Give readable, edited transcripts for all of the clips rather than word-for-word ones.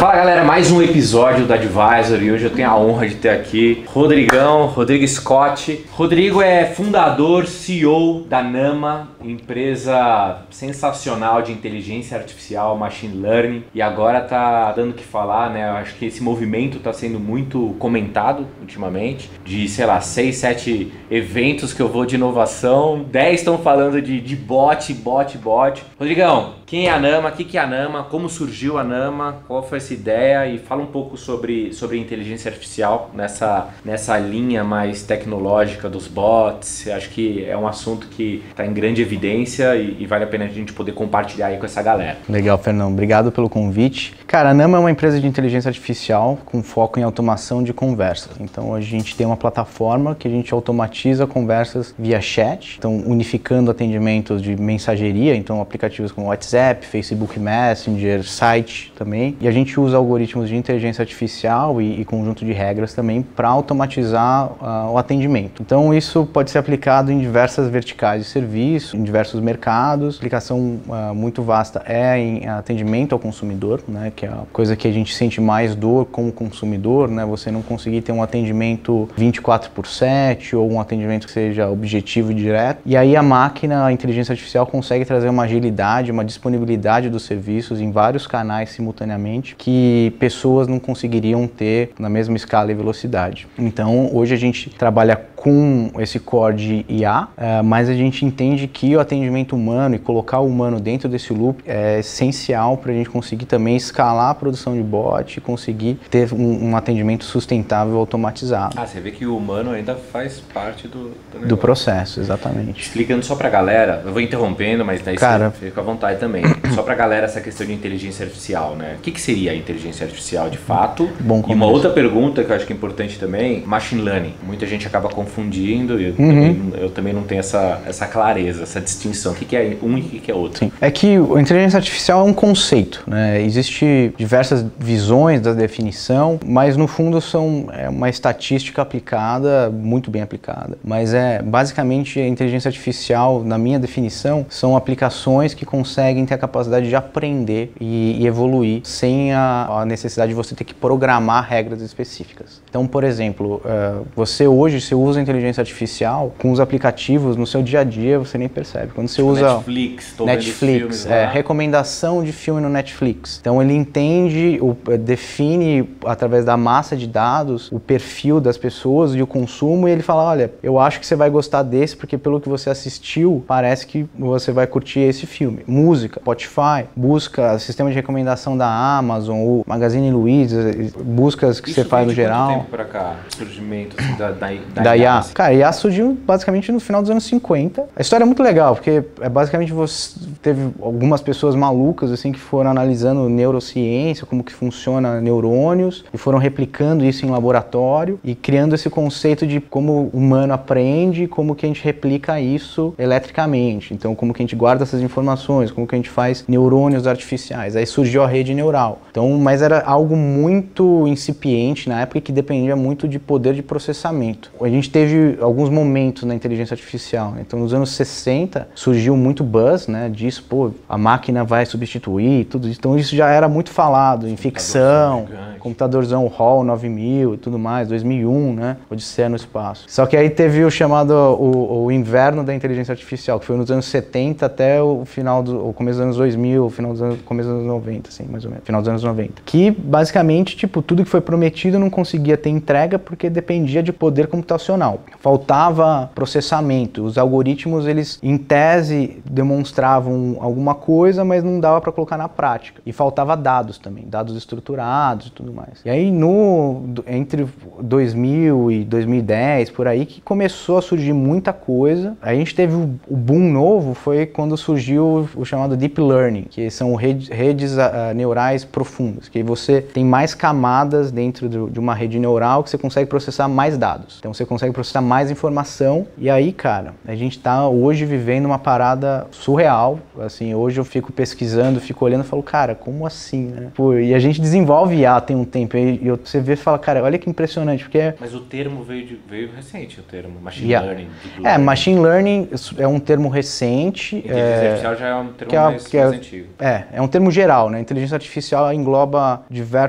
Fala galera, mais um episódio do Advisor e hoje eu tenho a honra de ter aqui Rodrigo Scott. Rodrigo é fundador, CEO da Nama, empresa sensacional de inteligência artificial, machine learning, e agora tá dando o que falar, né? Eu acho que esse movimento tá sendo muito comentado ultimamente, de, sei lá, 6, 7 eventos que eu vou de inovação, 10 estão falando de bot. Rodrigão, quem é a Nama? O que é a Nama? Como surgiu a Nama? Qual foi essa ideia? E fala um pouco sobre inteligência artificial nessa linha mais tecnológica dos bots. Acho que é um assunto que está em grande evidência e vale a pena a gente poder compartilhar aí com essa galera. Legal, Fernão. Obrigado pelo convite. Cara, a Nama é uma empresa de inteligência artificial com foco em automação de conversas. Então, a gente tem uma plataforma que a gente automatiza conversas via chat, então unificando atendimentos de mensageria, então aplicativos como WhatsApp, Facebook Messenger, site também. E a gente usa algoritmos de inteligência artificial e conjunto de regras também para automatizar o atendimento. Então, isso pode ser aplicado em diversas verticais de serviço, em diversos mercados. A aplicação muito vasta é em atendimento ao consumidor, né, que é a coisa que a gente sente mais dor como consumidor, né, você não conseguir ter um atendimento 24/7 ou um atendimento que seja objetivo e direto. E aí a máquina, a inteligência artificial consegue trazer uma agilidade, uma disponibilidade dos serviços em vários canais simultaneamente que pessoas não conseguiriam ter na mesma escala e velocidade. Então, hoje a gente trabalha com esse core de IA, mas a gente entende que o atendimento humano e colocar o humano dentro desse loop é essencial para a gente conseguir também escalar a produção de bot e conseguir ter um atendimento sustentável automatizado. Você vê que o humano ainda faz parte do negócio. Do processo, exatamente. Explicando só pra galera, eu vou interrompendo, mas daí você fica à vontade também. Só pra galera essa questão de inteligência artificial, né? O que seria a inteligência artificial de fato? Bom começo. E uma outra pergunta que eu acho que é importante também, machine learning. Muita gente acaba confundindo e eu também não tenho essa clareza, essa distinção. O que é um e o que é outro? Sim. É que a inteligência artificial é um conceito, né? Existem diversas visões da definição, mas no fundo é uma estatística aplicada, muito bem aplicada. Mas basicamente a inteligência artificial, na minha definição, são aplicações que conseguem ter a capacidade de aprender e evoluir sem a necessidade de você ter que programar regras específicas. Então, por exemplo, você usa a inteligência artificial com os aplicativos no seu dia a dia, você nem percebe. Quando você usa Netflix, recomendação de filme no Netflix. Então ele entende, define através da massa de dados o perfil das pessoas e o consumo, e ele fala, olha, eu acho que você vai gostar desse porque pelo que você assistiu, parece que você vai curtir esse filme. Música, Spotify, busca sistema de recomendação da Amazon, o Magazine Luiza, buscas que você faz no geral. Quanto tempo pra cá, surgimento assim, da IA? Cara, a IA surgiu basicamente no final dos anos 50. A história é muito legal, porque basicamente teve algumas pessoas malucas assim que foram analisando neurociência, como que funciona neurônios, e foram replicando isso em laboratório e criando esse conceito de como o humano aprende, como que a gente replica isso eletricamente. Então, como que a gente guarda essas informações, como que a gente faz neurônios artificiais. Aí surgiu a rede neural. Então, mas era algo muito incipiente na época que dependia muito de poder de processamento. A gente teve alguns momentos na inteligência artificial, né? Então, nos anos 60 surgiu muito buzz, né, disso, a máquina vai substituir tudo isso. Então, isso já era muito falado em ficção, computadorzão Hall 9000 e tudo mais, 2001, né, Odisseia no espaço. Só que aí teve o chamado o inverno da inteligência artificial, que foi nos anos 70 até o começo dos anos 2000, começo dos anos 90, assim, mais ou menos, final dos anos 90. Que basicamente, tipo, tudo que foi prometido não conseguia ter entrega porque dependia de poder computacional. Faltava processamento. Os algoritmos, eles em tese demonstravam alguma coisa, mas não dava para colocar na prática. E faltava dados também, dados estruturados e tudo mais. E aí entre 2000 e 2010, por aí, que começou a surgir muita coisa. A gente teve o boom novo, foi quando surgiu o chamado Deep Learning, que são redes neurais profundas, que você tem mais camadas dentro de uma rede neural que você consegue processar mais dados. Então você consegue processar mais informação. E aí, cara, a gente tá hoje vivendo uma parada surreal. Assim, hoje eu fico pesquisando, fico olhando e falo, cara, como assim, né? E a gente desenvolve IA tem um tempo. E você vê e fala, cara, olha que impressionante, porque... Mas o termo veio recente, o termo Machine Learning. Machine Learning é um termo recente. Inteligência artificial já é um termo mais antigo. É um termo geral, né? Inteligência artificial engloba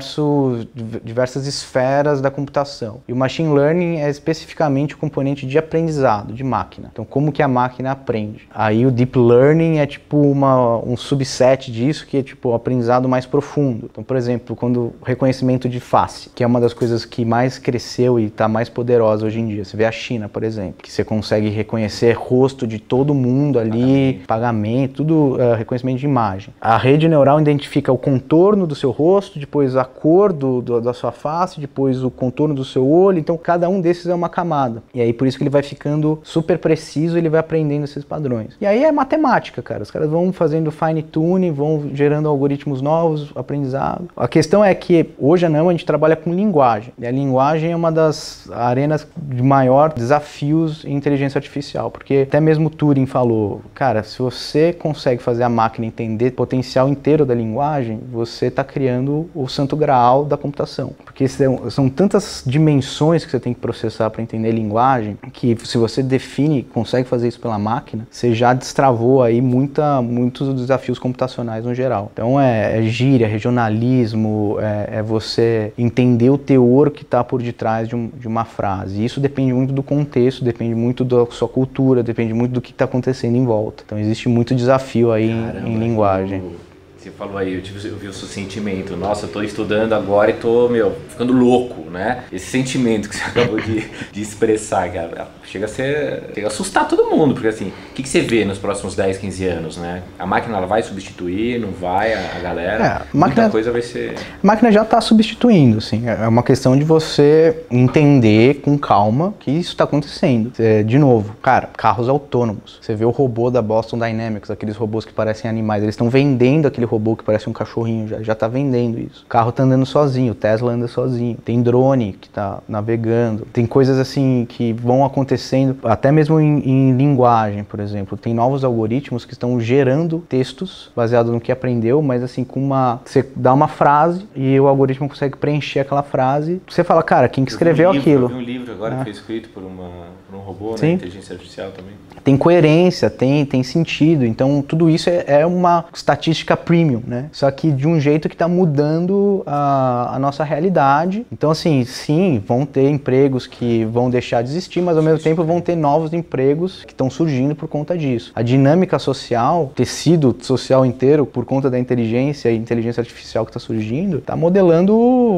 diversas esferas da computação. E o Machine Learning é especificamente o componente de aprendizado, de máquina. Então, como que a máquina aprende? Aí o Deep Learning é tipo um subset disso, que é tipo o aprendizado mais profundo. Então, por exemplo, quando o reconhecimento de face, que é uma das coisas que mais cresceu e está mais poderosa hoje em dia. Você vê a China, por exemplo, que você consegue reconhecer rosto de todo mundo ali, pagamento, tudo reconhecimento de imagem. A rede neural identifica o contorno do seu rosto, depois a cor da sua face, depois o contorno do seu olho. Então, cada um desses é uma camada. E aí, por isso que ele vai ficando super preciso, ele vai aprendendo esses padrões. E aí é matemática, cara. Os caras vão fazendo fine tuning, vão gerando algoritmos novos, aprendizado. A questão é que hoje a gente trabalha com linguagem. E a linguagem é uma das arenas de maior desafios em inteligência artificial, porque até mesmo Turing falou, cara, se você consegue fazer a máquina entender o potencial inteiro da linguagem, você está criando o santo graal da computação. Porque são tantas dimensões que você tem que processar para entender linguagem, que se você consegue fazer isso pela máquina, você já destravou aí muitos desafios computacionais no geral. Então é gíria, regionalismo, é você entender o teor que está por detrás de uma frase. E isso depende muito do contexto, depende muito da sua cultura, depende muito do que está acontecendo em volta. Então existe muito desafio aí em linguagem. Você falou aí, eu vi o seu sentimento. Nossa, eu tô estudando agora e tô, ficando louco, né? Esse sentimento que você acabou de expressar, cara, chega a assustar todo mundo, porque assim, o que você vê nos próximos 10, 15 anos, né? A máquina, ela vai substituir, não vai, a galera? Muita coisa vai ser... A máquina já está substituindo, assim. É uma questão de você entender com calma que isso está acontecendo. De novo, cara, carros autônomos. Você vê o robô da Boston Dynamics, aqueles robôs que parecem animais, eles estão vendendo aquele robô que parece um cachorrinho, já tá vendendo isso. O carro tá andando sozinho, o Tesla anda sozinho. Tem drone que tá navegando. Tem coisas assim que vão acontecendo, até mesmo em linguagem, por exemplo. Tem novos algoritmos que estão gerando textos baseado no que aprendeu, mas assim, você dá uma frase e o algoritmo consegue preencher aquela frase. Você fala, cara, quem que escreveu aquilo? Eu vi um livro agora que foi escrito por um robô, né? Inteligência artificial também. Tem coerência, tem sentido. Então, tudo isso é uma estatística premium, né? Só que de um jeito que está mudando a nossa realidade. Então, assim, sim, vão ter empregos que vão deixar de existir, mas ao mesmo tempo vão ter novos empregos que estão surgindo por conta disso. A dinâmica social, o tecido social inteiro, por conta da inteligência e inteligência artificial que está surgindo, está modelando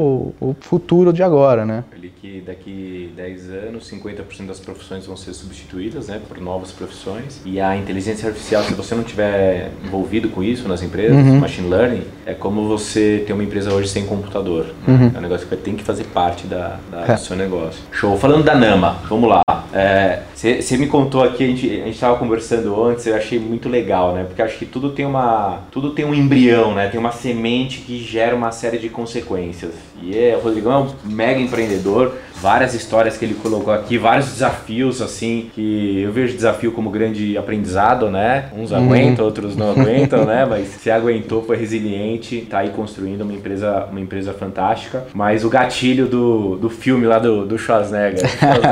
o futuro de agora, né? Que daqui 10 anos, 50% das profissões vão ser substituídas, né, por novas profissões. E a inteligência artificial, se você não tiver envolvido com isso nas empresas, machine learning, é como você ter uma empresa hoje sem computador. É um negócio que tem que fazer parte do seu negócio. Show. Falando da Nama, vamos lá. Você me contou aqui, a gente estava conversando antes, eu achei muito legal, né? Porque acho que tudo tem um embrião, né? Tem uma semente que gera uma série de consequências. E o Rodrigão é um mega empreendedor, várias histórias que ele colocou aqui, vários desafios, assim, que eu vejo desafio como grande aprendizado, né? Uns aguentam, outros não aguentam, né? Mas se aguentou, foi resiliente, tá aí construindo uma empresa fantástica. Mas o gatilho do filme lá do Schwarzenegger.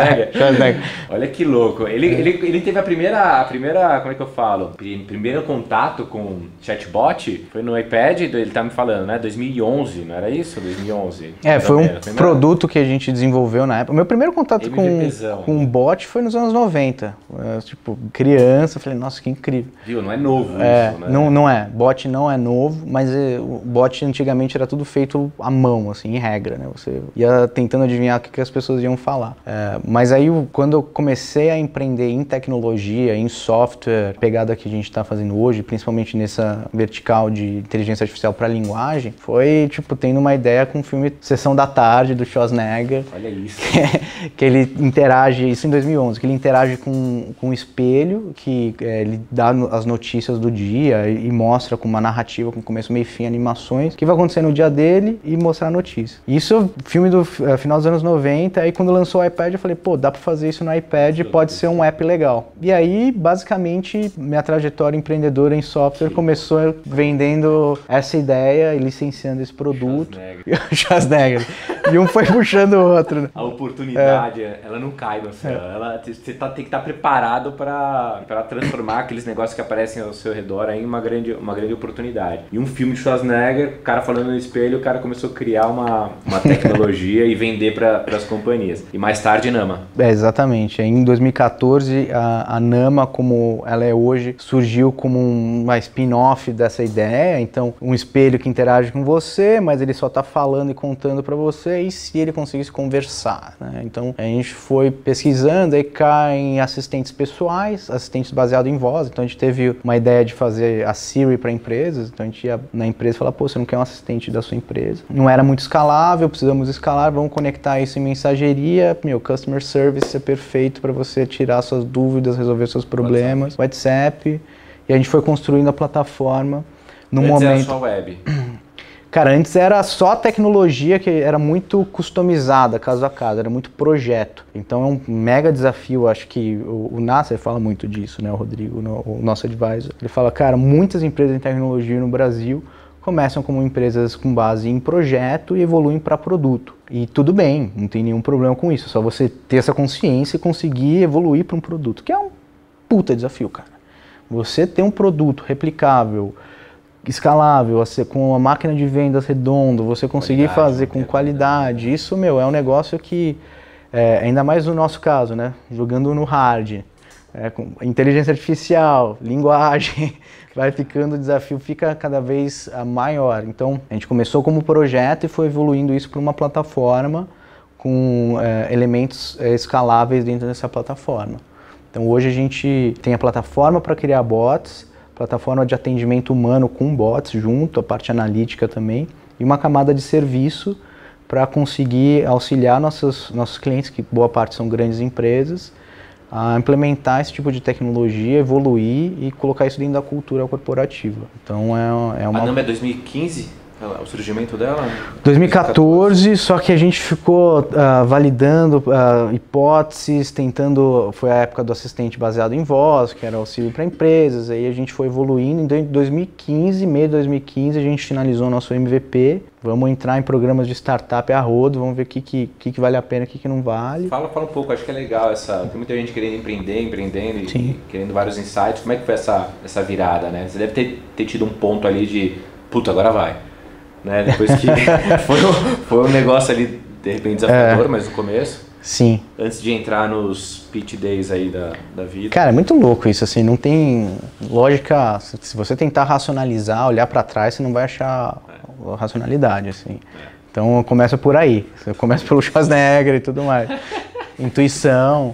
Olha que louco. Ele teve a primeira, como é que eu falo? Primeiro contato com chatbot foi no iPad, ele tá me falando, né? 2011, não era isso? 2011. Foi um produto que a gente desenvolveu na época. O meu primeiro contato com bot foi nos anos 90. Tipo, criança, eu falei, nossa, que incrível. Viu? Não é novo isso, né? Não é. Bot não é novo, mas o bot antigamente era tudo feito à mão, assim, em regra, né? Você ia tentando adivinhar o que as pessoas iam falar. Mas aí, quando eu comecei a empreender em tecnologia, em software, pegada que a gente está fazendo hoje, principalmente nessa vertical de inteligência artificial para linguagem, foi, tipo, tendo uma ideia com o filme Sessão da Tarde, do Schwarzenegger. Olha isso. Que ele interage, isso em 2011, que ele interage com um espelho, que ele dá as notícias do dia e mostra com uma narrativa, com começo, meio e fim, animações, o que vai acontecer no dia dele e mostrar a notícia. Isso, filme do final dos anos 90, aí quando lançou o iPad eu falei, pô, dá pra fazer isso no iPad pode ser um app legal. E aí, basicamente, minha trajetória empreendedora em software começou vendendo essa ideia e licenciando esse produto. Schwarzenegger. E um foi puxando o outro. A oportunidade, ela não cai no céu. Você tem que estar preparado para transformar aqueles negócios que aparecem ao seu redor em uma grande oportunidade. E um filme de Schwarzenegger, o cara falando no espelho, o cara começou a criar uma tecnologia e vender para as companhias. E mais tarde, Nama. Exatamente. Em 2014, a Nama, como ela é hoje, surgiu como uma spin-off dessa ideia. Então, um espelho que interage com você, mas ele só está falando e contando para você, e se ele conseguisse conversar, né? Então, a gente foi pesquisando, aí cai em assistentes pessoais, assistentes baseados em voz. Então, a gente teve uma ideia de fazer a Siri para empresas. Então, a gente ia na empresa e falava, pô, você não quer um assistente da sua empresa? Não era muito escalável, precisamos escalar, vamos conectar isso em mensageria. Customer Service é perfeito para você tirar suas dúvidas, resolver seus problemas. WhatsApp. E a gente foi construindo a plataforma no momento... Antes era só web. Cara, antes era só tecnologia que era muito customizada, caso a caso, era muito projeto. Então é um mega desafio, acho que o Nasser fala muito disso, né, o Rodrigo, o nosso advisor. Ele fala, cara, muitas empresas de tecnologia no Brasil começam como empresas com base em projeto e evoluem para produto. E tudo bem, não tem nenhum problema com isso, é só você ter essa consciência e conseguir evoluir para um produto, que é um puta desafio, cara. Você ter um produto replicável, escalável, com uma máquina de vendas redonda, você conseguir fazer com qualidade, isso, é um negócio que, ainda mais no nosso caso, né, jogando no hard, com inteligência artificial, linguagem, vai ficando, o desafio fica cada vez maior. Então, a gente começou como projeto e foi evoluindo isso para uma plataforma com elementos escaláveis dentro dessa plataforma. Então, hoje a gente tem a plataforma para criar bots, plataforma de atendimento humano com bots junto, a parte analítica também, e uma camada de serviço para conseguir auxiliar nossos clientes, que boa parte são grandes empresas, a implementar esse tipo de tecnologia, evoluir e colocar isso dentro da cultura corporativa. Então é uma... A Nama é 2015? O surgimento dela? 2014, só que a gente ficou validando hipóteses, tentando, foi a época do assistente baseado em voz, que era auxílio para empresas, aí a gente foi evoluindo. Em 2015, meio de 2015, a gente finalizou o nosso MVP, vamos entrar em programas de startup a rodo, vamos ver o que vale a pena e o que não vale. Fala um pouco, acho que é legal, tem muita gente querendo empreendendo e querendo vários insights. Como é que foi essa virada, né? Você deve ter tido um ponto ali de, puta, agora vai. Né? Depois que foi um negócio ali, de repente, desafiador, mas no começo. Sim. Antes de entrar nos pitch days aí da vida. Cara, é muito louco isso, assim, não tem lógica. Se você tentar racionalizar, olhar para trás, você não vai achar racionalidade, assim. Então começa por aí, você começa pelo Schwarzenegger e tudo mais. Intuição.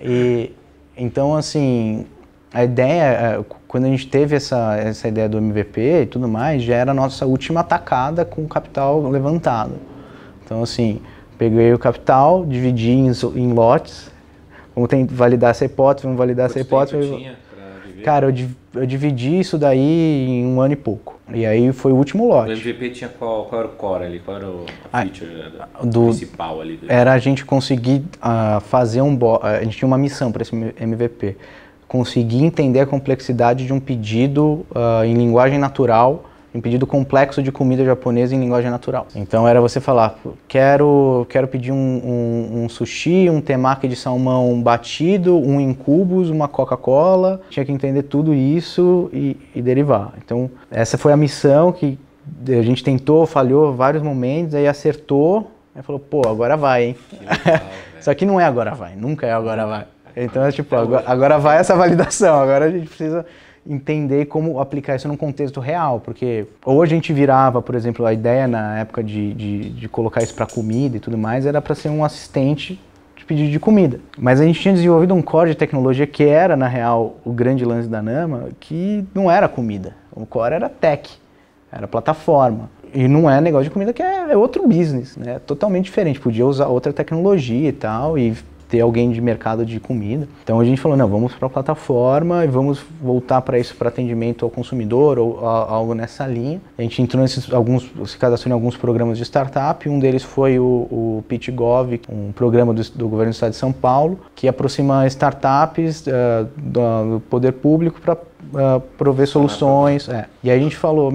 E então, assim, a ideia, quando a gente teve essa ideia do MVP e tudo mais, já era a nossa última atacada com o capital levantado. Então, assim, peguei o capital, dividi em lotes, vamos validar essa hipótese, vamos validar essa hipótese. Tinha pra viver? Cara, eu dividi isso daí em 1 ano e pouco. E aí foi o último lote. O MVP tinha qual era o core ali? Qual era a feature principal ali? Era a gente conseguir fazer a gente tinha uma missão para esse MVP. Conseguir entender a complexidade de um pedido em linguagem natural, um pedido complexo de comida japonesa em linguagem natural. Então era você falar, quero pedir um sushi, um temaki de salmão batido, um em cubos, uma Coca-Cola. Tinha que entender tudo isso e derivar. Então essa foi a missão que a gente tentou, falhou vários momentos, aí acertou, aí falou, pô, agora vai, hein? Legal, só que não é agora vai, nunca é agora vai. Então é tipo, agora vai essa validação, agora a gente precisa entender como aplicar isso num contexto real, porque ou a gente virava, por exemplo, a ideia na época de colocar isso para comida e tudo mais, era para ser um assistente de pedido de comida. Mas a gente tinha desenvolvido um core de tecnologia que era, na real, o grande lance da Nama, que não era comida. O core era tech, era plataforma. E não é negócio de comida, que é outro business, né? Totalmente diferente. Podia usar outra tecnologia e tal, e ter alguém de mercado de comida. Então a gente falou, não, vamos para a plataforma e vamos voltar para isso, para atendimento ao consumidor ou algo nessa linha. A gente entrou se cadastrou em alguns programas de startup, um deles foi o PitchGov, um programa do governo do estado de São Paulo, que aproxima startups do poder público para prover soluções. E aí a gente falou,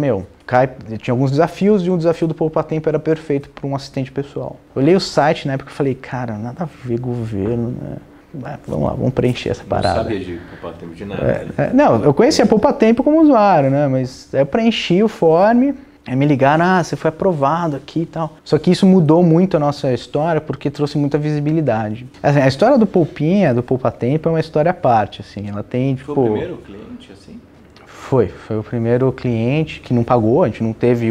tinha alguns desafios e um desafio do Poupa Tempo era perfeito para um assistente pessoal. Olhei o site na época e falei, cara, nada a ver governo, né? Vamos lá, vamos preencher essa parada. Não sabia de Poupa Tempo de nada. Não, eu conhecia Poupa Tempo como usuário, né? Mas eu preenchi o form, aí me ligaram, você foi aprovado aqui e tal. Só que isso mudou muito a nossa história porque trouxe muita visibilidade. Assim, a história do Poupinha, do Poupa Tempo, é uma história à parte, assim. Ela tem, Foi o primeiro cliente, assim? Foi o primeiro cliente que não pagou, a gente não teve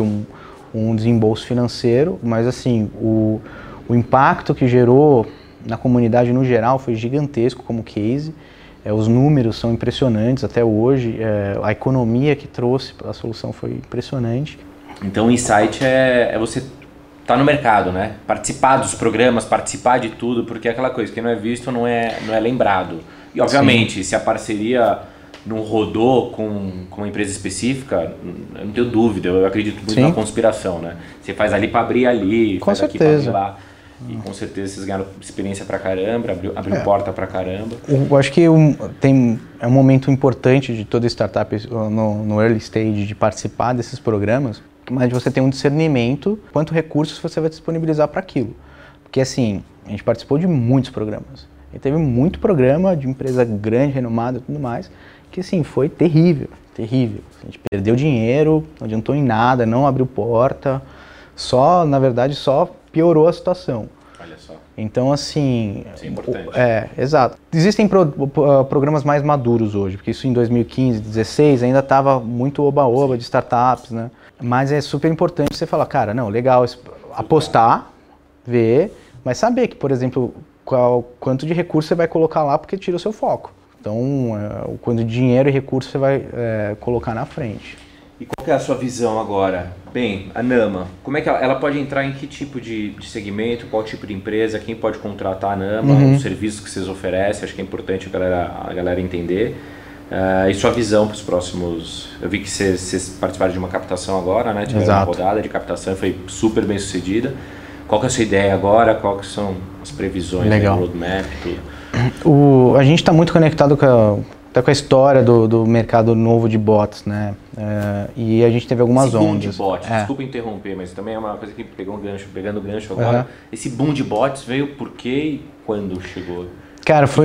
um desembolso financeiro, mas assim, o impacto que gerou na comunidade no geral foi gigantesco como case. Os números são impressionantes até hoje, a economia que trouxe a solução foi impressionante. Então o insight é você estar no mercado, né? Participar dos programas, participar de tudo, porque é aquela coisa que não é visto não é lembrado. E obviamente, sim, se a parceria não rodou com uma empresa específica, eu não tenho dúvida, eu acredito muito, sim, na conspiração, né? Você faz ali para abrir ali, com faz certeza. Aqui para abrir lá. E com certeza vocês ganharam experiência pra caramba, abriu porta pra caramba. Eu acho que é um momento importante de toda startup no early stage de participar desses programas, mas você tem um discernimento quanto recursos você vai disponibilizar para aquilo. Porque assim, a gente participou de muitos programas. E teve muito programa de empresa grande, renomada e tudo mais, que assim, foi terrível, terrível. A gente perdeu dinheiro, não adiantou em nada, não abriu porta, na verdade, só piorou a situação. Olha só. Então, assim... Isso é importante. Exato. Existem programas mais maduros hoje, porque isso em 2015, 2016 ainda estava muito oba-oba de startups, né? Mas é super importante você falar, cara, não, legal, apostar, ver, mas saber que, por exemplo, quanto de recurso você vai colocar lá porque tira o seu foco. Então, o quanto de dinheiro e recurso você vai colocar na frente. E qual que é a sua visão agora? Bem, a Nama, como é que ela pode entrar em que tipo de segmento, qual tipo de empresa, quem pode contratar a Nama, os serviços que vocês oferecem, acho que é importante a galera entender. E sua visão para os próximos... Eu vi que vocês participaram de uma captação agora, né? Tiveram uma rodada de captação e foi super bem sucedida. Qual que é a sua ideia agora? Qual que são as previsões, legal, né, roadmap, tudo? A gente está muito conectado com a história do mercado novo de bots, né? E a gente teve algumas esse ondas. Boom de bots, desculpa interromper, mas também é uma coisa que pegando o gancho agora. Esse boom de bots veio por quê e quando chegou? Cara, foi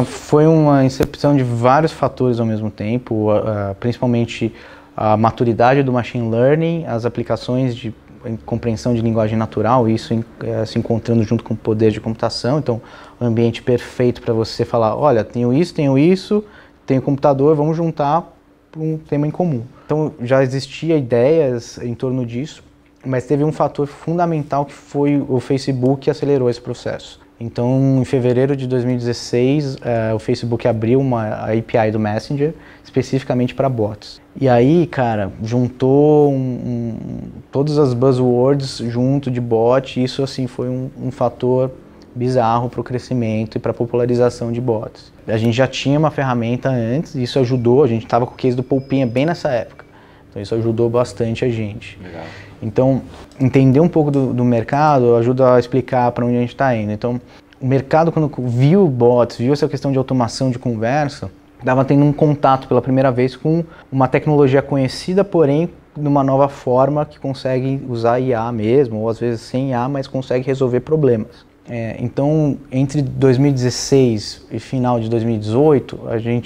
uma incepção de vários fatores ao mesmo tempo, principalmente a maturidade do machine learning, as aplicações de compreensão de linguagem natural, isso se encontrando junto com o poder de computação. Então, o ambiente perfeito para você falar, olha, tenho isso, tenho computador, vamos juntar para um tema em comum. Então, já existia ideias em torno disso, mas teve um fator fundamental que foi o Facebook que acelerou esse processo. Então, em fevereiro de 2016, o Facebook abriu a API do Messenger, especificamente para bots. E aí, cara, juntou todas as buzzwords junto de bot, e isso assim foi um fator bizarro para o crescimento e para a popularização de bots. A gente já tinha uma ferramenta antes, e isso ajudou, a gente estava com o case do Poupinha bem nessa época. Então isso ajudou bastante a gente. Legal. Então, entender um pouco do mercado ajuda a explicar para onde a gente está indo. Então, o mercado, quando viu bots, viu essa questão de automação de conversa, estava tendo um contato pela primeira vez com uma tecnologia conhecida, porém, numa nova forma que consegue usar IA mesmo, ou às vezes sem IA, mas consegue resolver problemas. Então, entre 2016 e final de 2018,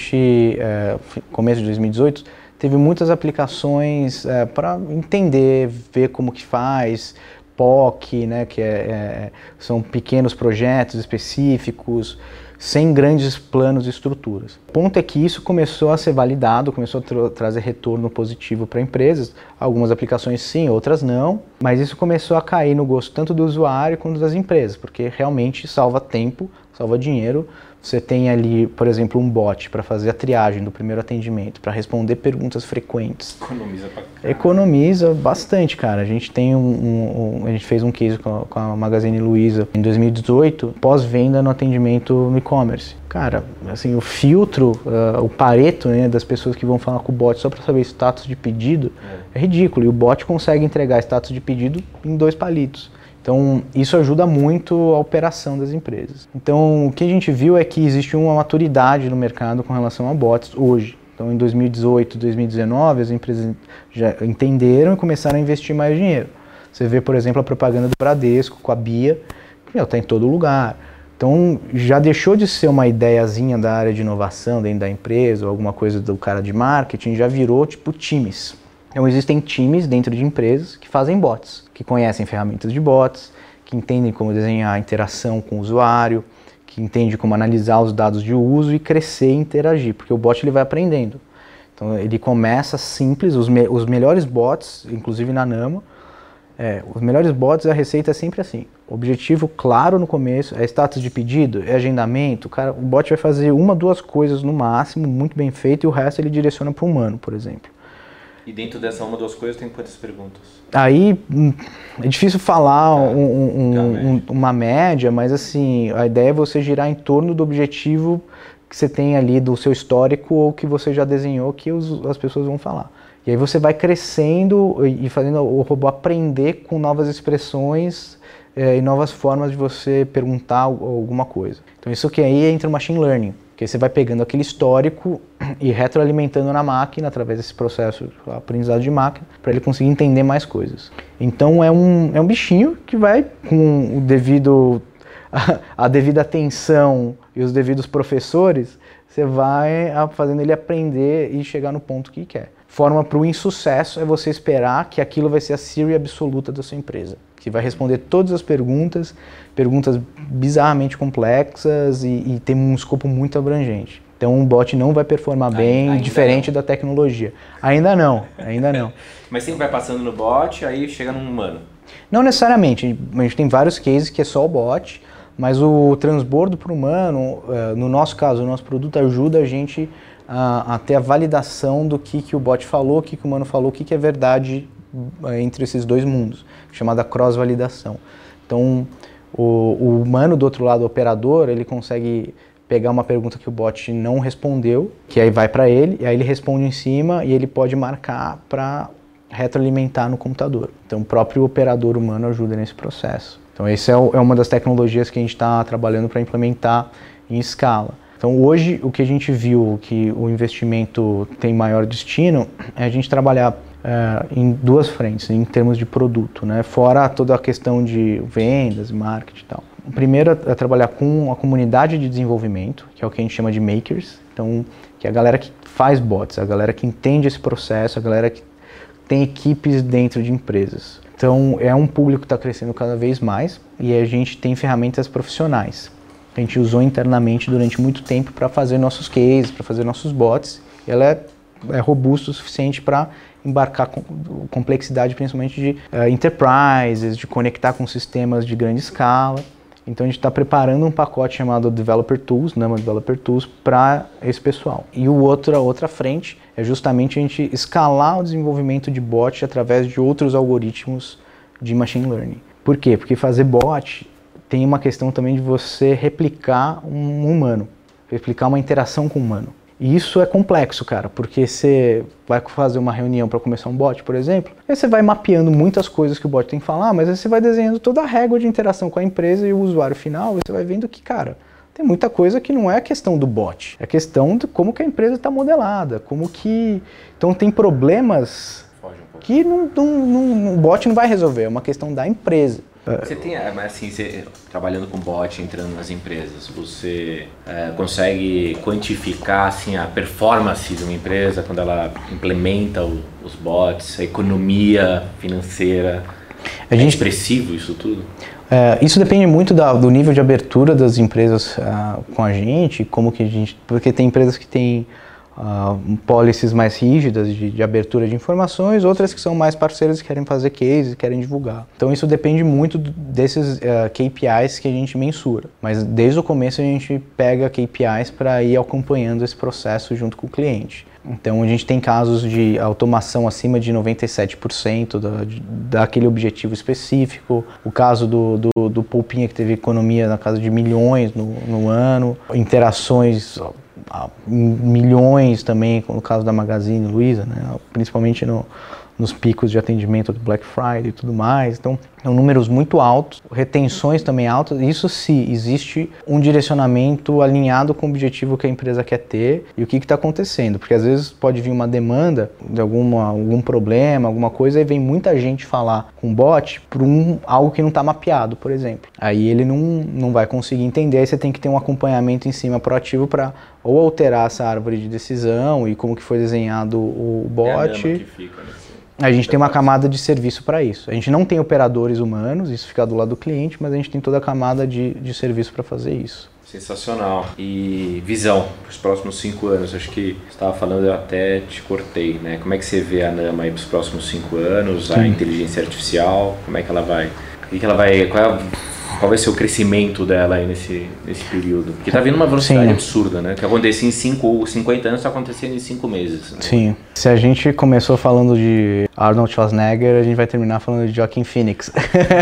começo de 2018, teve muitas aplicações para entender, ver como que faz, POC, né, que são pequenos projetos específicos, sem grandes planos e estruturas. O ponto é que isso começou a ser validado, começou a trazer retorno positivo para empresas, algumas aplicações sim, outras não, Mas isso começou a cair no gosto tanto do usuário quanto das empresas, porque realmente salva tempo, salva dinheiro. Você tem ali, por exemplo, um bot para fazer a triagem do primeiro atendimento, para responder perguntas frequentes. Economiza pra caramba. Economiza bastante, cara. A gente tem a gente fez um case com a Magazine Luiza em 2018, pós-venda no atendimento no e-commerce. Cara, assim, o filtro, o pareto, né, das pessoas que vão falar com o bot só para saber status de pedido é ridículo. E o bot consegue entregar status de pedido em 2 palitos. Então, isso ajuda muito a operação das empresas. Então, o que a gente viu é que existe uma maturidade no mercado com relação a bots hoje. Então, em 2018, 2019, as empresas já entenderam e começaram a investir mais dinheiro. Você vê, por exemplo, a propaganda do Bradesco com a Bia, que está em todo lugar. Então, já deixou de ser uma ideiazinha da área de inovação dentro da empresa, ou alguma coisa do cara de marketing, já virou tipo times. Então, existem times dentro de empresas que fazem bots, que conhecem ferramentas de bots, que entendem como desenhar a interação com o usuário, que entendem como analisar os dados de uso e crescer e interagir, porque o bot ele vai aprendendo. Então, ele começa simples, os melhores bots, inclusive na Nama, os melhores bots, a receita é sempre assim. Objetivo claro no começo, é status de pedido, é agendamento. O bot vai fazer 1, 2 coisas no máximo, muito bem feito, e o resto ele direciona para o humano, por exemplo. E dentro dessa 1, 2 coisas tem quantas perguntas? Aí é difícil falar uma média, mas assim, a ideia é você girar em torno do objetivo que você tem ali do seu histórico ou que você já desenhou que as pessoas vão falar. E aí você vai crescendo e fazendo o robô aprender com novas expressões e novas formas de você perguntar alguma coisa. Então isso que aí entra o machine learning, que aí você vai pegando aquele histórico e retroalimentando na máquina através desse processo de aprendizado de máquina para ele conseguir entender mais coisas. Então é um bichinho que vai com a devida atenção e os devidos professores, você vai fazendo ele aprender e chegar no ponto que quer. Forma para o insucesso é você esperar que aquilo vai ser a Siri absoluta da sua empresa, que vai responder todas as perguntas bizarramente complexas e tem um escopo muito abrangente. Então um bot não vai performar bem, ainda diferente da tecnologia. Ainda não. Mas sempre vai passando no bot, aí chega num humano. Não necessariamente, a gente tem vários cases que é só o bot, mas o transbordo para o humano, no nosso caso, o nosso produto ajuda a gente a ter a validação do que o bot falou, o que o humano falou, o que é verdade entre esses 2 mundos, chamada cross-validação. Então, o humano do outro lado, o operador, ele consegue pegar uma pergunta que o bot não respondeu, que aí vai para ele, e aí ele responde em cima e ele pode marcar para retroalimentar no computador. Então, o próprio operador humano ajuda nesse processo. Então, essa é uma das tecnologias que a gente está trabalhando para implementar em escala. Então hoje o que a gente viu que o investimento tem maior destino é a gente trabalhar em 2 frentes, em termos de produto, né? Fora toda a questão de vendas, marketing e tal. O primeiro é trabalhar com a comunidade de desenvolvimento, que é o que a gente chama de makers, então, que é a galera que faz bots, a galera que entende esse processo, a galera que tem equipes dentro de empresas. Então é um público que está crescendo cada vez mais e a gente tem ferramentas profissionais. A gente usou internamente durante muito tempo para fazer nossos cases, para fazer nossos bots. Ela é robusta o suficiente para embarcar com complexidade, principalmente de enterprises, de conectar com sistemas de grande escala. Então a gente está preparando um pacote chamado Developer Tools, Nama Developer Tools, para esse pessoal. E a outra frente é justamente a gente escalar o desenvolvimento de bot através de outros algoritmos de machine learning. Por quê? Porque fazer bot tem uma questão também de você replicar um humano, replicar uma interação com um humano. E isso é complexo, cara, porque você vai fazer uma reunião para começar um bot, por exemplo, aí você vai mapeando muitas coisas que o bot tem que falar, mas aí você vai desenhando toda a régua de interação com a empresa e o usuário final, e você vai vendo que, cara, tem muita coisa que não é a questão do bot, é a questão de como que a empresa está modelada, como que... Então tem problemas que o bot não vai resolver, é uma questão da empresa. Você tem, assim, trabalhando com bot, entrando nas empresas, você consegue quantificar assim, a performance de uma empresa quando ela implementa os bots, a economia financeira? É expressivo isso tudo? Isso depende muito do nível de abertura das empresas com a gente, porque tem empresas que têm policies mais rígidas de abertura de informações, outras que são mais parceiras e querem fazer cases, querem divulgar. Então isso depende muito desses KPIs que a gente mensura. Mas desde o começo a gente pega KPIs para ir acompanhando esse processo junto com o cliente. Então a gente tem casos de automação acima de 97% daquele objetivo específico, o caso do Poupinha que teve economia na casa de milhões no ano, interações milhões também, no caso da Magazine Luiza, né? Principalmente nos picos de atendimento do Black Friday e tudo mais. Então, são números muito altos, retenções também altas. Isso se existe um direcionamento alinhado com o objetivo que a empresa quer ter e o que está acontecendo. Porque às vezes pode vir uma demanda de algum problema, alguma coisa, e vem muita gente falar com o bot por algo que não está mapeado, por exemplo. Aí ele não vai conseguir entender, aí você tem que ter um acompanhamento em cima proativo para ou alterar essa árvore de decisão e como que foi desenhado o bot. A gente tem uma camada de serviço para isso. A gente não tem operadores humanos, isso fica do lado do cliente, mas a gente tem toda a camada de serviço para fazer isso. Sensacional. E visão para os próximos 5 anos? Acho que você estava falando, eu até te cortei, né? Como é que você vê a Nama aí para os próximos 5 anos? A inteligência artificial, como é que ela vai? Qual vai ser o crescimento dela aí nesse período? Porque está vindo uma velocidade absurda, né? O que acontecia em 50 anos está acontecendo em 5 meses. Né? Sim. Se a gente começou falando de Arnold Schwarzenegger, a gente vai terminar falando de Joaquin Phoenix.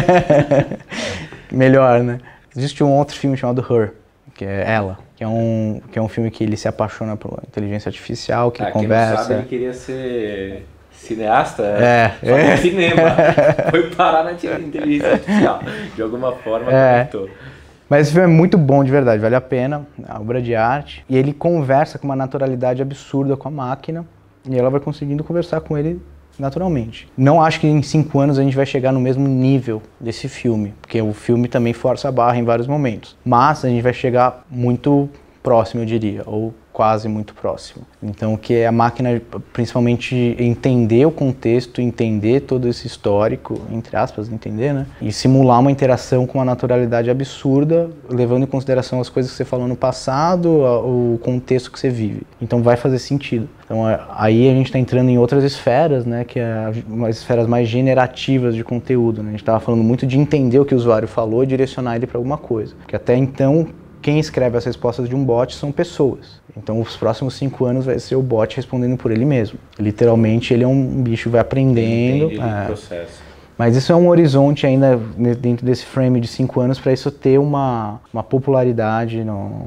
Melhor, né? Existe um outro filme chamado Her, que é Ela, que é um filme que ele se apaixona por inteligência artificial, que conversa... Quem não sabe, ele queria ser... cineasta, só que cinema, foi parar na inteligência artificial, de alguma forma conectou. Mas esse filme é muito bom de verdade, vale a pena, é uma obra de arte, e ele conversa com uma naturalidade absurda com a máquina, e ela vai conseguindo conversar com ele naturalmente. Não acho que em 5 anos a gente vai chegar no mesmo nível desse filme, porque o filme também força a barra em vários momentos, mas a gente vai chegar muito próximo, eu diria, ou quase muito próximo. Então, que é a máquina, principalmente, entender o contexto, entender todo esse histórico, entre aspas, entender, né? E simular uma interação com uma naturalidade absurda, levando em consideração as coisas que você falou no passado, o contexto que você vive. Então, vai fazer sentido. Então, aí a gente está entrando em outras esferas, né? Que é as esferas mais generativas de conteúdo, né? A gente estava falando muito de entender o que o usuário falou e direcionar ele para alguma coisa. Porque até então, quem escreve as respostas de um bot são pessoas. Então, os próximos 5 anos vai ser o bot respondendo por ele mesmo. Literalmente, ele é um bicho que vai aprendendo. O processo. Mas isso é um horizonte ainda dentro desse frame de 5 anos para isso ter uma popularidade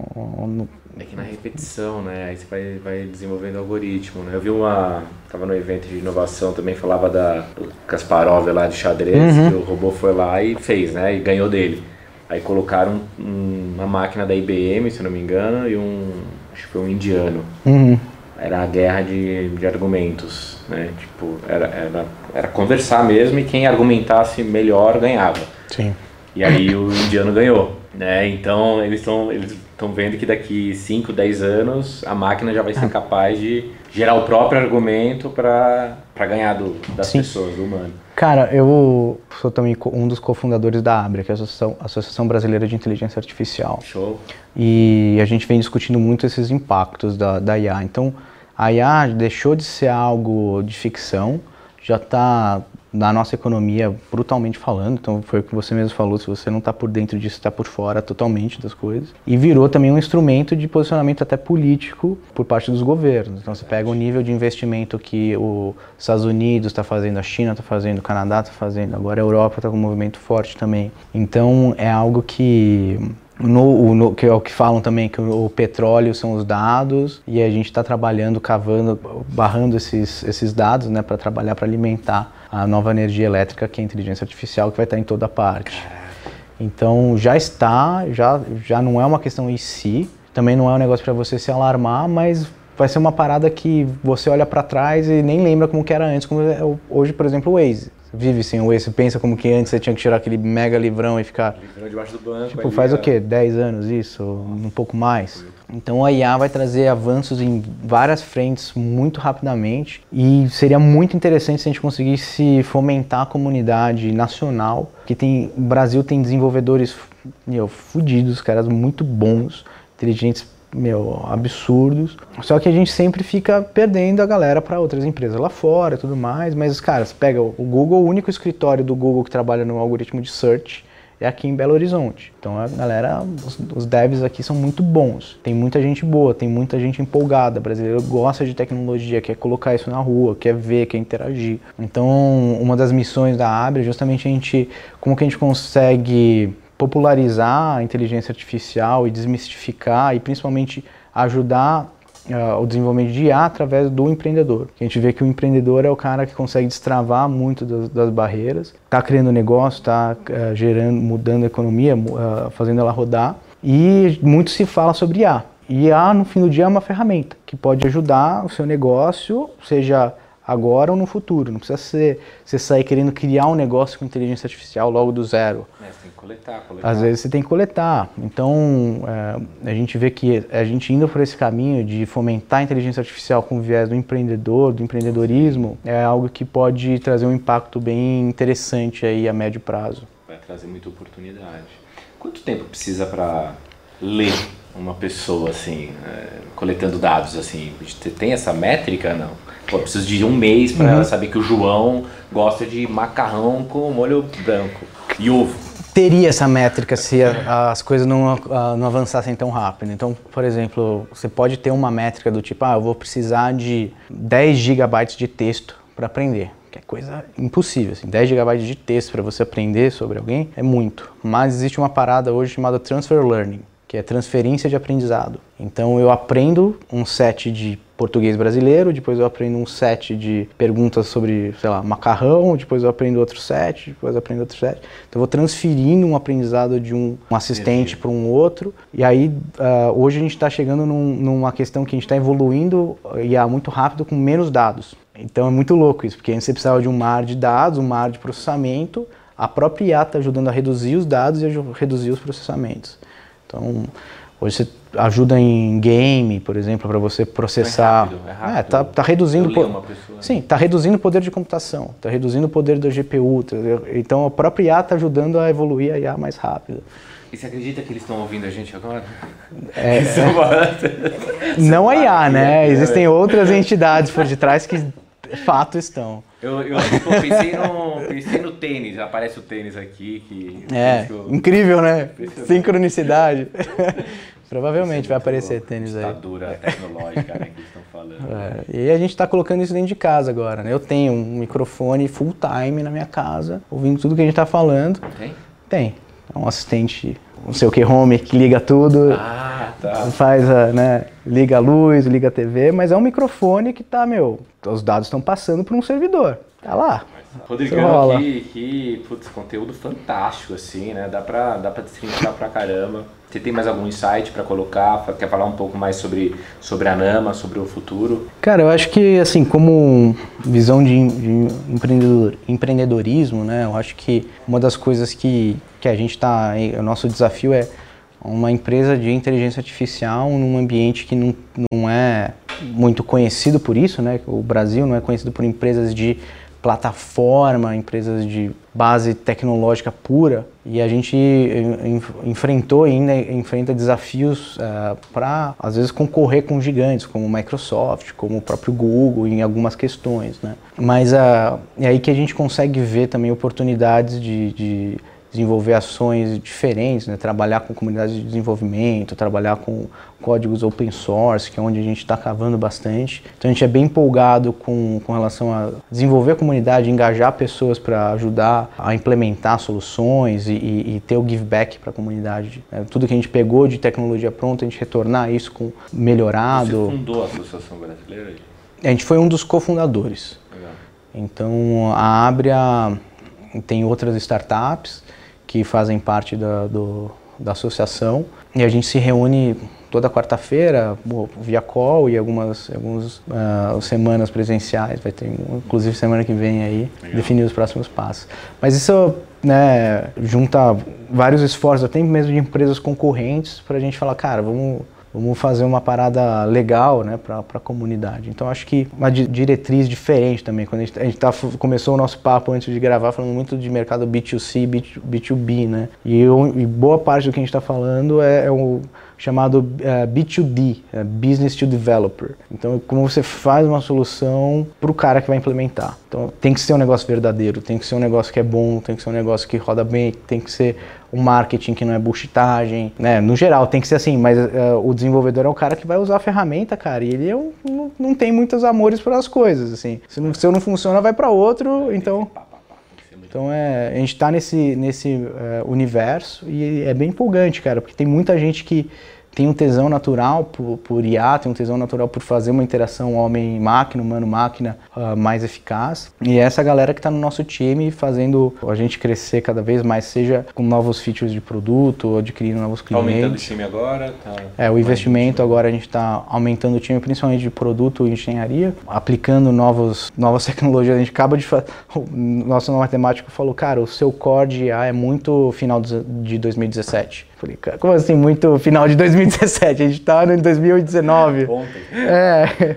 É que na repetição, né? Aí você vai desenvolvendo algoritmo, né? Eu vi tava no evento de inovação também, falava do Kasparov lá de xadrez, que o robô foi lá e fez, né? E ganhou dele. Aí colocaram uma máquina da IBM, se não me engano, e acho que foi um indiano. Era a guerra de argumentos, né? Tipo, era conversar mesmo e quem argumentasse melhor ganhava. Sim. E aí o indiano ganhou, né? Então eles estão vendo que daqui 5, 10 anos a máquina já vai ser capaz de gerar o próprio argumento para ganhar das pessoas, do humano. Cara, eu sou também um dos cofundadores da ABRA, que é a Associação Brasileira de Inteligência Artificial. Show. E a gente vem discutindo muito esses impactos da IA. Então, a IA deixou de ser algo de ficção, já está na nossa economia brutalmente falando, então foi o que você mesmo falou, se você não está por dentro disso, está por fora totalmente das coisas. E virou também um instrumento de posicionamento até político por parte dos governos. Então você pega o nível de investimento que os Estados Unidos está fazendo, a China está fazendo, o Canadá está fazendo, agora a Europa está com um movimento forte também. Então é algo que... que é o que falam também, que o petróleo são os dados e a gente está trabalhando, cavando, barrando esses dados, né, para trabalhar, para alimentar a nova energia elétrica, que é a inteligência artificial, que vai estar em toda parte. Então já não é uma questão em si, também não é um negócio para você se alarmar, mas vai ser uma parada que você olha para trás e nem lembra como que era antes, como é hoje, por exemplo, o Waze. Vive sem o Waze, você pensa como que antes você tinha que tirar aquele mega livrão e ficar... Livrão debaixo do banco. Tipo, faz o quê? 10 anos isso? Um pouco mais? Então a IA vai trazer avanços em várias frentes muito rapidamente e seria muito interessante se a gente conseguisse fomentar a comunidade nacional, que o Brasil tem desenvolvedores fudidos, caras muito bons, inteligentes absurdos. Só que a gente sempre fica perdendo a galera para outras empresas lá fora e tudo mais. Mas, cara, você pega o Google, o único escritório do Google que trabalha no algoritmo de search é aqui em Belo Horizonte. Então a galera, os devs aqui são muito bons. Tem muita gente boa, tem muita gente empolgada. O brasileiro gosta de tecnologia, quer colocar isso na rua, quer ver, quer interagir. Então uma das missões da Abra é justamente como que a gente consegue popularizar a inteligência artificial e desmistificar e principalmente ajudar o desenvolvimento de IA através do empreendedor. A gente vê que o empreendedor é o cara que consegue destravar muito das barreiras, está criando negócio, está gerando, mudando a economia, fazendo ela rodar. E muito se fala sobre IA. E IA, no fim do dia, é uma ferramenta que pode ajudar o seu negócio, seja agora ou no futuro. Não precisa você sair querendo criar um negócio com inteligência artificial logo do zero. Você tem que coletar. Às vezes você tem que coletar. Então, a gente vê que a gente indo por esse caminho de fomentar a inteligência artificial com o viés do empreendedor, do empreendedorismo, é algo que pode trazer um impacto bem interessante aí a médio prazo. Vai trazer muita oportunidade. Quanto tempo precisa para ler uma pessoa, assim, coletando dados, assim? Tem essa métrica, não? Pô, eu preciso de um mês para ela saber que o João gosta de macarrão com molho branco e ovo. Teria essa métrica se as coisas não avançassem tão rápido. Então, por exemplo, você pode ter uma métrica do tipo, eu vou precisar de 10 gigabytes de texto para aprender. Que é coisa impossível, assim. 10 gigabytes de texto para você aprender sobre alguém é muito. Mas existe uma parada hoje chamada Transfer Learning, que é transferência de aprendizado. Então eu aprendo um set de português brasileiro, depois eu aprendo um set de perguntas sobre, sei lá, macarrão, depois eu aprendo outro set, depois eu aprendo outro set. Então eu vou transferindo um aprendizado de um assistente para um outro. E aí hoje a gente está chegando numa questão que a gente está evoluindo IA muito rápido com menos dados. Então é muito louco isso, porque antes você precisava de um mar de dados, um mar de processamento. A própria IA está ajudando a reduzir os dados e a reduzir os processamentos. Então, hoje você ajuda em game, por exemplo, para você processar. É rápido. Tá reduzindo. Sim, tá reduzindo o poder de computação, tá reduzindo o poder da GPU. Então, a própria IA está ajudando a evoluir a IA mais rápido. E você acredita que eles estão ouvindo a gente agora? Não a IA, né? Existem outras entidades por detrás que, de fato, estão. Eu pensei no tênis, aparece o tênis aqui. Incrível, né? Sincronicidade. Provavelmente vai aparecer tênis aí. Ditadura tecnológica, né, que eles estão falando. E a gente está colocando isso dentro de casa agora, né? Eu tenho um microfone full time na minha casa, ouvindo tudo que a gente está falando. Tem? Tem. É um assistente, não sei o que, home, que liga tudo. Tá. Faz liga a luz, liga a TV, mas é um microfone que tá, os dados estão passando por um servidor. Tá lá. Rodrigão, putz, conteúdo fantástico, assim, né? Dá pra destrinchar pra caramba. Você tem mais algum insight pra colocar? Quer falar um pouco mais sobre a Nama, sobre o futuro? Cara, eu acho que, assim, como visão de empreendedorismo, né? Eu acho que uma das coisas que a gente tá... O nosso desafio é uma empresa de inteligência artificial num ambiente que não é muito conhecido por isso, né? O Brasil não é conhecido por empresas de plataforma, empresas de base tecnológica pura, e a gente enfrentou e ainda enfrenta desafios para, às vezes, concorrer com gigantes, como Microsoft, como o próprio Google, em algumas questões, né? Mas é aí que a gente consegue ver também oportunidades de desenvolver ações diferentes, né? Trabalhar com comunidades de desenvolvimento, trabalhar com códigos open source, que é onde a gente está cavando bastante. Então a gente é bem empolgado com relação a desenvolver a comunidade, engajar pessoas para ajudar a implementar soluções e ter o give back para a comunidade. Né? Tudo que a gente pegou de tecnologia pronta, a gente retornar isso com melhorado. Você fundou a Associação Brasileira? A gente foi um dos cofundadores. Legal. Então a Abria tem outras startups que fazem parte da associação, e a gente se reúne toda quarta-feira via call e algumas semanas presenciais, vai ter inclusive semana que vem aí. Legal. Definir os próximos passos. Mas isso, né, junta vários esforços, até mesmo de empresas concorrentes, para a gente falar, cara, vamos vamos fazer uma parada legal, né, para a comunidade. Então acho que uma diretriz diferente também, quando a gente começou o nosso papo antes de gravar falando muito de mercado B2C, B2B, né, e boa parte do que a gente está falando é o chamado B2D, Business to Developer. Então, como você faz uma solução para o cara que vai implementar. Então, tem que ser um negócio verdadeiro, tem que ser um negócio que é bom, tem que ser um negócio que roda bem, tem que ser um marketing que não é bullshitagem, né? No geral, tem que ser assim, mas o desenvolvedor é o cara que vai usar a ferramenta, cara, e ele não tem muitos amores pelas coisas, assim. Se não funciona, vai para outro, então... Então a gente está nesse universo e é bem empolgante, cara, porque tem muita gente que tem um tesão natural por IA, tem um tesão natural por fazer uma interação homem-máquina, humano-máquina mais eficaz. E é essa galera que está no nosso time fazendo a gente crescer cada vez mais, seja com novos features de produto ou adquirindo novos clientes. Tá aumentando o time agora? O investimento agora a gente está aumentando o time, principalmente de produto e engenharia, aplicando novas tecnologias. A gente acaba de fazer... O nosso matemático falou, cara, o seu core de IA é muito final de 2017. Falei, cara, como assim muito final de 2017? A gente tá em 2019. Ontem.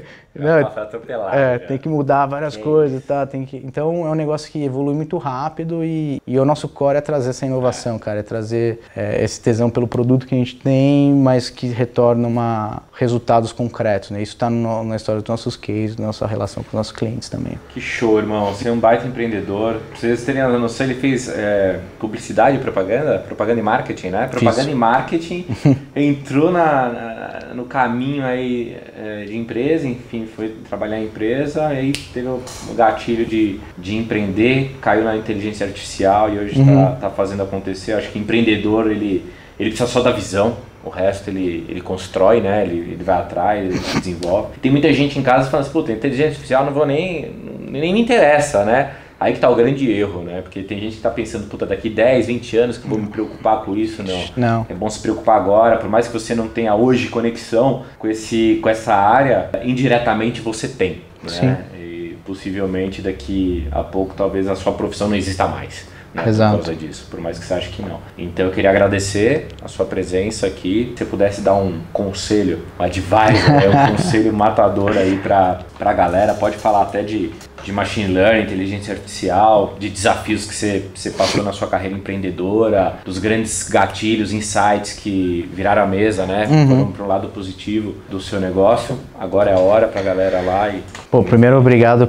Tem que mudar várias coisas, tá? Então é um negócio que evolui muito rápido e o nosso core é trazer essa inovação, cara, é trazer esse tesão pelo produto que a gente tem, mas que retorna resultados concretos, né? Isso está na história dos nossos cases, na nossa relação com os nossos clientes também. Que show, irmão. Você é um baita empreendedor. Pra vocês terem a noção, ele fez publicidade e propaganda e marketing, né? Propaganda e marketing, entrou no caminho aí de empresa, enfim, foi trabalhar em empresa, aí teve o gatilho de empreender, caiu na inteligência artificial e hoje está fazendo acontecer. Acho que empreendedor, ele precisa só da visão, o resto ele constrói, né? Ele vai atrás, ele se desenvolve. Tem muita gente em casa falando assim, puta, inteligência artificial nem me interessa, né? Aí que tá o grande erro, né? Porque tem gente que tá pensando, puta, daqui 10, 20 anos que eu vou me preocupar com isso, não. É bom se preocupar agora, por mais que você não tenha hoje conexão com essa área, indiretamente você tem, né? Sim. E possivelmente daqui a pouco talvez a sua profissão não exista mais, né? Exato. Por causa disso, por mais que você ache que não. Então eu queria agradecer a sua presença aqui. Se você pudesse dar um conselho, um advisor, um conselho matador aí pra galera, pode falar até de machine learning, inteligência artificial, de desafios que você passou na sua carreira empreendedora, dos grandes gatilhos, insights que viraram a mesa, né? Foram para o lado positivo do seu negócio. Agora é a hora pra galera lá e... Pô, primeiro obrigado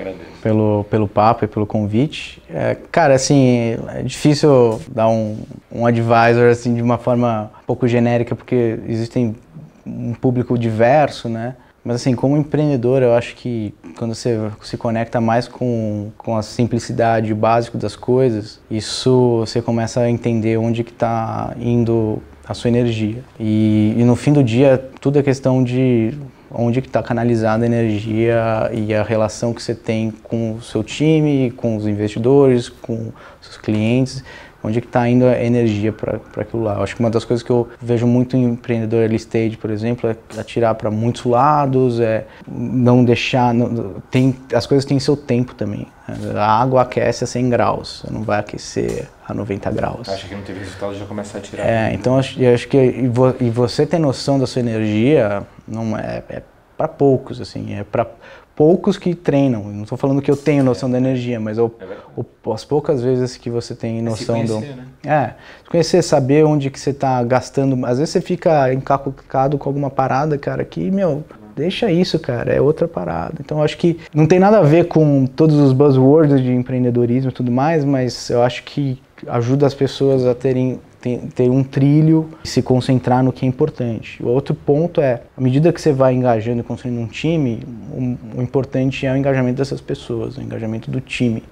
pelo papo e pelo convite. Cara, assim, é difícil dar um advisor assim, de uma forma um pouco genérica, porque existem um público diverso, né? Mas assim, como empreendedor, eu acho que quando você se conecta mais com a simplicidade, o básico das coisas, isso você começa a entender onde que está indo a sua energia. E no fim do dia, tudo é questão de onde que está canalizada a energia e a relação que você tem com o seu time, com os investidores, com os seus clientes. Onde que está indo a energia para aquilo lá. Eu acho que uma das coisas que eu vejo muito em empreendedor early stage, por exemplo, é atirar para muitos lados, não deixar... as coisas têm seu tempo também. A água aquece a 100 graus, não vai aquecer a 90 graus. Acha que não teve resultado, já começa a atirar. Então eu acho que e você ter noção da sua energia não é para poucos, assim, é para poucos que treinam. Eu não estou falando que eu tenho noção da energia, mas as poucas vezes que você tem noção se conhecer, né? Se conhecer, saber onde que você está gastando. Às vezes você fica encacucado com alguma parada, cara, que, deixa isso, cara, é outra parada. Então eu acho que não tem nada a ver com todos os buzzwords de empreendedorismo e tudo mais, mas eu acho que ajuda as pessoas a ter um trilho e se concentrar no que é importante. O outro ponto é, à medida que você vai engajando e construindo um time, o importante é o engajamento dessas pessoas, o engajamento do time.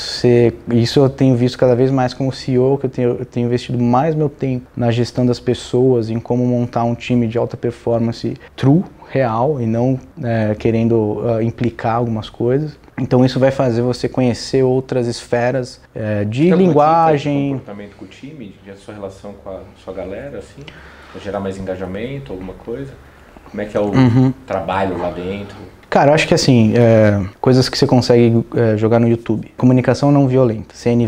Isso eu tenho visto cada vez mais como CEO, que eu tenho investido mais meu tempo na gestão das pessoas, em como montar um time de alta performance true, real, e não querendo implicar algumas coisas. Então isso vai fazer você conhecer outras esferas de linguagem. Comportamento com o time, a sua relação com a sua galera, assim, para gerar mais engajamento, alguma coisa? Como é que é o trabalho lá dentro? Cara, eu acho que assim, coisas que você consegue jogar no YouTube. Comunicação não violenta, CNV.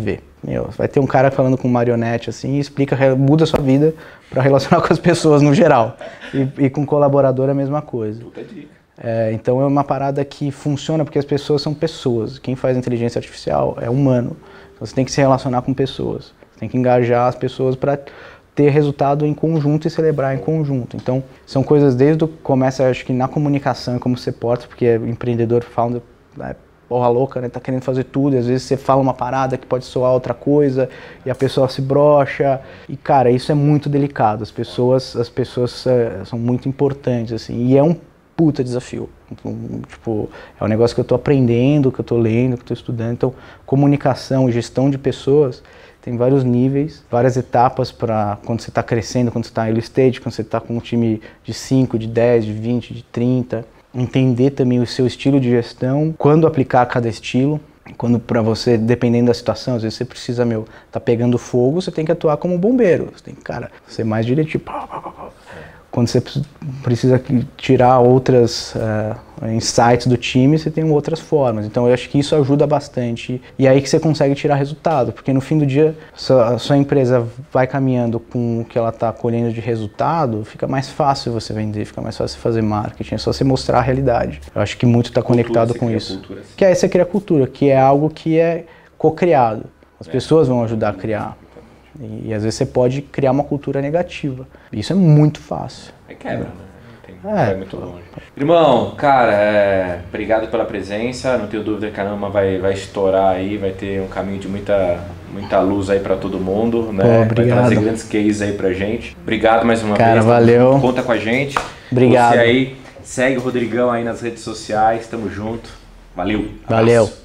Meu, vai ter um cara falando com marionete assim e explica, muda a sua vida para relacionar com as pessoas no geral. E com colaborador é a mesma coisa. Puta dica. Então é uma parada que funciona porque as pessoas são pessoas. Quem faz inteligência artificial é humano. Então você tem que se relacionar com pessoas. Você tem que engajar as pessoas para ter resultado em conjunto e celebrar em conjunto. Então são coisas desde o começo, acho que na comunicação e como você porta, porque empreendedor, founder, porra louca, né? Tá querendo fazer tudo, e às vezes você fala uma parada que pode soar outra coisa, e a pessoa se brocha, e cara, isso é muito delicado, as pessoas são muito importantes, assim, e é um puta desafio, então, tipo, é um negócio que eu tô aprendendo, que eu tô lendo, que eu tô estudando, então comunicação e gestão de pessoas tem vários níveis, várias etapas para quando você está crescendo, quando você está em early stage, quando você está com um time de 5, de 10, de 20, de 30, entender também o seu estilo de gestão, quando aplicar cada estilo, quando para você, dependendo da situação, às vezes você precisa, tá pegando fogo, você tem que atuar como bombeiro, você tem que, cara, ser mais direitinho, quando você precisa tirar outras insights do time, você tem outras formas. Então eu acho que isso ajuda bastante. E aí que você consegue tirar resultado, porque no fim do dia, a sua empresa vai caminhando com o que ela está colhendo de resultado, fica mais fácil você vender, fica mais fácil fazer marketing, é só você mostrar a realidade. Eu acho que muito está conectado com isso. Que aí você cria cultura, que é algo que é co-criado. As pessoas vão ajudar a criar. E às vezes você pode criar uma cultura negativa. Isso é muito fácil. É quebra, né? É muito longe. Irmão, cara, obrigado pela presença. Não tenho dúvida que a Nama vai estourar aí, vai ter um caminho de muita luz aí pra todo mundo, né? Pô, obrigado. Vai trazer grandes cases aí pra gente. Obrigado mais uma cara, vez. Valeu. Conta com a gente. Obrigado. Você aí, segue o Rodrigão aí nas redes sociais. Tamo junto. Valeu. Valeu.